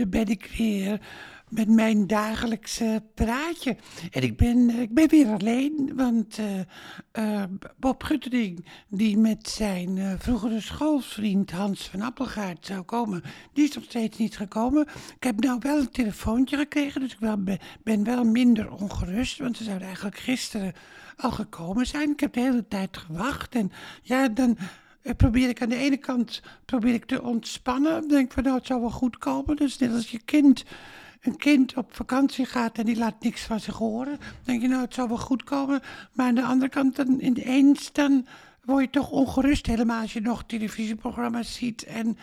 daar ben ik weer met mijn dagelijkse praatje. En ik ben weer alleen, want Bob Guttering, die met zijn vroegere schoolvriend Hans van Appelgaard zou komen, die is nog steeds niet gekomen. Ik heb nou wel een telefoontje gekregen, dus ben wel minder ongerust, want ze zouden eigenlijk gisteren al gekomen zijn. Ik heb de hele tijd gewacht en ja, dan probeer ik aan de ene kant te ontspannen. Dan denk ik van nou, het zou wel goed komen. Dus net als een kind op vakantie gaat en die laat niks van zich horen. Dan denk je nou, het zou wel goed komen. Maar aan de andere kant, dan ineens, dan word je toch ongerust. Helemaal als je nog televisieprogramma's ziet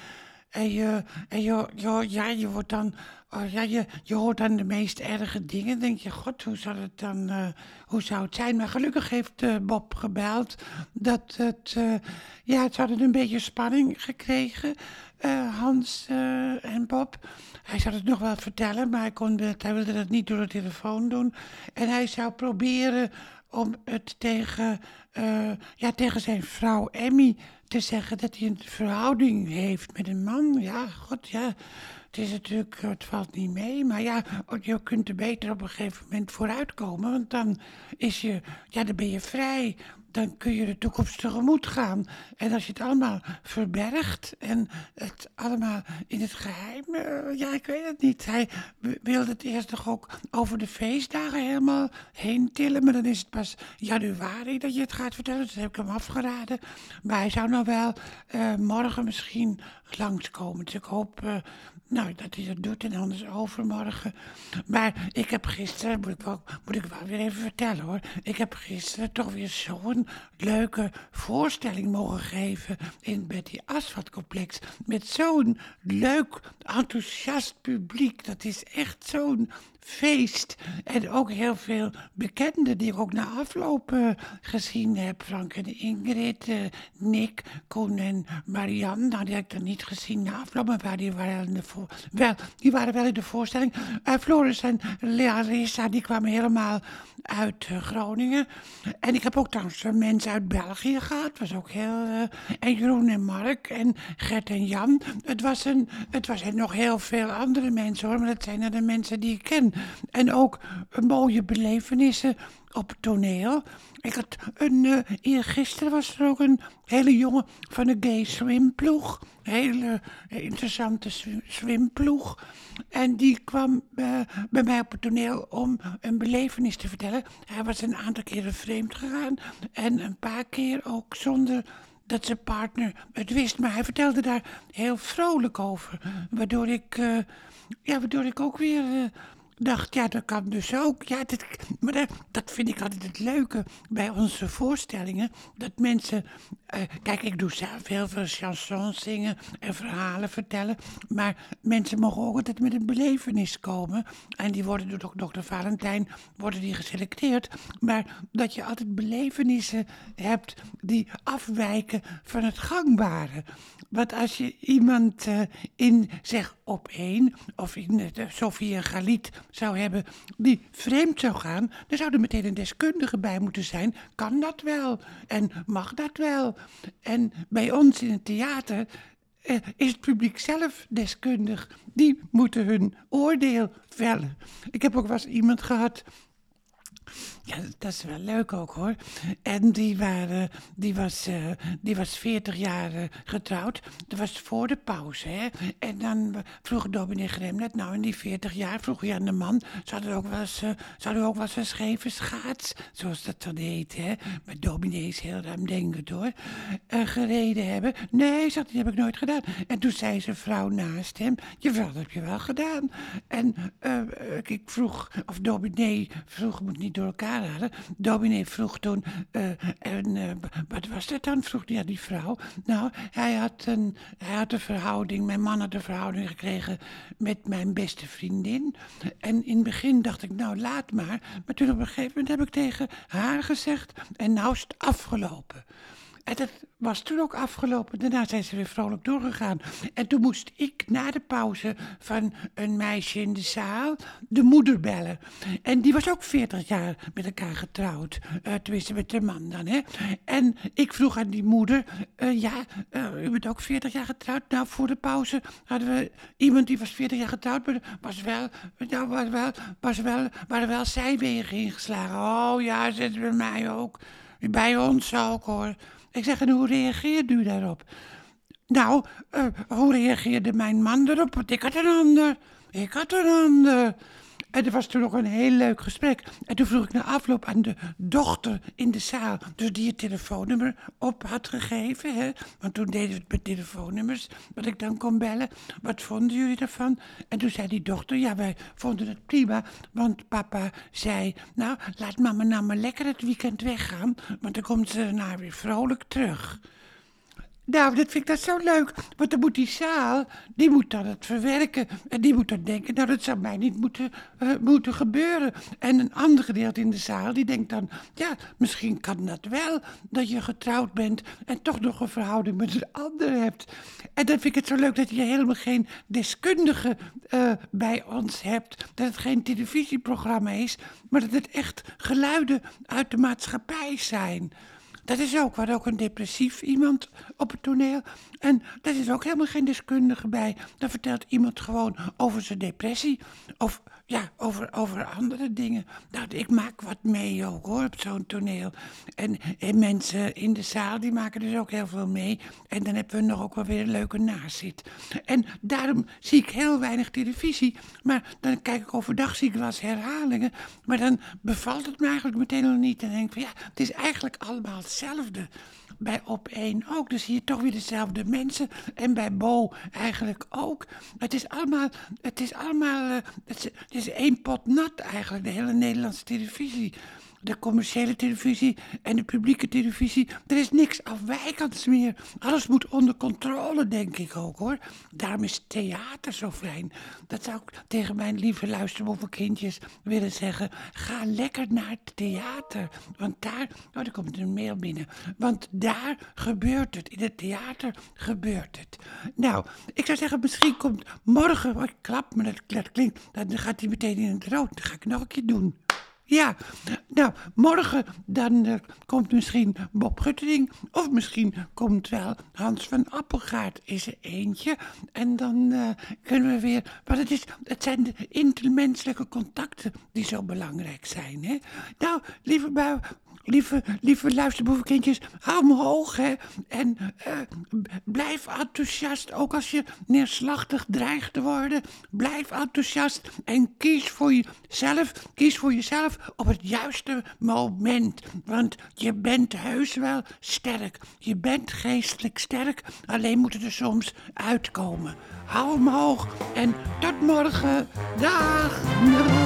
je wordt dan, je hoort dan de meest erge dingen. Denk je, god, hoe zou het zijn? Maar gelukkig heeft Bob gebeld dat ze hadden een beetje spanning gekregen, Hans en Bob. Hij zou het nog wel vertellen, maar hij wilde dat niet door de telefoon doen. En hij zou proberen om het tegen zijn vrouw Emmy te zeggen dat hij een verhouding heeft met een man. Ja, god, ja. Het is natuurlijk, het valt niet mee, maar ja, je kunt er beter op een gegeven moment vooruitkomen, want dan ben je vrij. Dan kun je de toekomst tegemoet gaan. En als je het allemaal verbergt en het allemaal in het geheim, ik weet het niet. Hij wilde het eerst toch ook over de feestdagen helemaal heen tillen, maar dan is het pas januari dat je het gaat vertellen. Dus dat heb ik hem afgeraden. Maar hij zou nou wel morgen misschien langskomen. Dus ik hoop dat hij dat doet en anders overmorgen. Maar ik heb gisteren, moet ik wel weer even vertellen hoor. Ik heb gisteren toch weer zo'n leuke voorstelling mogen geven in het Betty Asphalt complex. Met zo'n leuk, enthousiast publiek. Dat is echt zo'n feest. En ook heel veel bekenden die ik ook na afloop gezien heb. Frank en Ingrid, Nick, Koen en Marianne. Nou, die heb ik dan niet gezien na afloop, maar die waren wel in de voorstelling. Floris en Larissa, die kwamen helemaal uit Groningen. En ik heb ook trouwens mensen uit België gehad. Was ook heel... en Jeroen en Mark en Gert en Jan. Het was nog heel veel andere mensen hoor, maar dat zijn de mensen die ik ken. En ook mooie belevenissen op het toneel. Ik had eergisteren was er ook een hele jongen van de gay swimploeg. Een hele interessante swimploeg. En die kwam bij mij op het toneel om een belevenis te vertellen. Hij was een aantal keren vreemd gegaan. En een paar keer ook zonder dat zijn partner het wist. Maar hij vertelde daar heel vrolijk over. Waardoor ik ook weer dacht, ja, dat kan dus ook. Ja, maar dat vind ik altijd het leuke bij onze voorstellingen. Dat mensen... kijk, ik doe zelf heel veel chansons zingen en verhalen vertellen. Maar mensen mogen ook altijd met een belevenis komen. En die worden door Dr. Valentijn geselecteerd. Maar dat je altijd belevenissen hebt die afwijken van het gangbare. Want als je iemand zeg op één, of in Sofie en Galit zou hebben, die vreemd zou gaan, dan zou er meteen een deskundige bij moeten zijn. Kan dat wel? En mag dat wel? En bij ons in het theater is het publiek zelf deskundig. Die moeten hun oordeel vellen. Ik heb ook wel eens iemand gehad. Ja, dat is wel leuk ook hoor. En die was 40 jaar getrouwd. Dat was voor de pauze, hè. En dan vroeg dominee Gremnet, nou in die 40 jaar vroeg hij aan de man, zou er ook wel eens een scheve schaats, zoals dat dan heet, hè. Maar dominee is heel ruimdenkend hoor. Gereden hebben. Nee, zegt hij, dat heb ik nooit gedaan. En toen zei zijn vrouw naast hem, jawel, dat heb je wel gedaan. En ik vroeg, of dominee vroeg, moet niet door elkaar halen. Dominee vroeg toen, wat was dat dan? Vroeg hij aan die vrouw. Nou, hij had een verhouding, mijn man had een verhouding gekregen met mijn beste vriendin. En in het begin dacht ik, nou laat maar. Maar toen op een gegeven moment heb ik tegen haar gezegd, en nou is het afgelopen. En dat was toen ook afgelopen. Daarna zijn ze weer vrolijk doorgegaan. En toen moest ik na de pauze van een meisje in de zaal de moeder bellen. En die was ook 40 jaar met elkaar getrouwd. Tenminste met de man dan, hè. En ik vroeg aan die moeder, u bent ook 40 jaar getrouwd? Nou, voor de pauze hadden we iemand die was 40 jaar getrouwd, maar waren wel zijwegen ingeslagen. Oh ja, zit bij mij ook. Bij ons ook, hoor. Ik zeg, en hoe reageerde u daarop? Nou, hoe reageerde mijn man erop? Want ik had een ander. En er was toen nog een heel leuk gesprek. En toen vroeg ik na afloop aan de dochter in de zaal, dus die het telefoonnummer op had gegeven, hè? Want toen deden we het met telefoonnummers, wat ik dan kon bellen. Wat vonden jullie daarvan? En toen zei die dochter, ja, wij vonden het prima, want papa zei, nou, laat mama nou maar lekker het weekend weggaan, want dan komt ze daarna weer vrolijk terug. Nou, dat vind ik dat zo leuk, want dan moet die zaal, die moet dan het verwerken. En die moet dan denken, nou, dat zou mij niet moeten gebeuren. En een ander gedeelte in de zaal, die denkt dan, ja, misschien kan dat wel, dat je getrouwd bent en toch nog een verhouding met een ander hebt. En dan vind ik het zo leuk dat je helemaal geen deskundige bij ons hebt. Dat het geen televisieprogramma is, maar dat het echt geluiden uit de maatschappij zijn. Dat is ook, we hadden ook een depressief iemand op het toneel. En daar is ook helemaal geen deskundige bij. Dan vertelt iemand gewoon over zijn depressie. Of ja, over andere dingen. Nou, ik maak wat mee ook, hoor, op zo'n toneel. En mensen in de zaal, die maken dus ook heel veel mee. En dan hebben we nog ook wel weer een leuke nazit. En daarom zie ik heel weinig televisie. Maar dan kijk ik overdag, zie ik wel eens herhalingen. Maar dan bevalt het me eigenlijk meteen nog niet. En dan denk ik van, ja, het is eigenlijk allemaal hetzelfde. Bij Op1 ook, dan zie je toch weer dezelfde mensen. En bij Bo eigenlijk ook. Het is één pot nat eigenlijk, de hele Nederlandse televisie. De commerciële televisie en de publieke televisie. Er is niks afwijkends meer. Alles moet onder controle, denk ik ook, hoor. Daarom is theater zo fijn. Dat zou ik tegen mijn lieve luisterboevenkindjes willen zeggen. Ga lekker naar het theater. Want daar, er komt een mail binnen. Want daar gebeurt het. In het theater gebeurt het. Nou, ik zou zeggen, misschien komt morgen, ik klap, maar dat klinkt, dan gaat hij meteen in het rood. Dat ga ik nog een keer doen. Ja, nou, morgen dan komt misschien Bob Guttering, of misschien komt wel Hans van Appelgaard is er eentje. En dan kunnen we weer, want het zijn de intermenselijke contacten die zo belangrijk zijn, hè. Nou, lieve luisterboevenkindjes, hou me hoog, hè. En blijf enthousiast, ook als je neerslachtig dreigt te worden. Blijf enthousiast en kies voor jezelf op het juiste moment. Want je bent heus wel sterk. Je bent geestelijk sterk, alleen moet het er soms uitkomen. Hou hem hoog en tot morgen. Dag!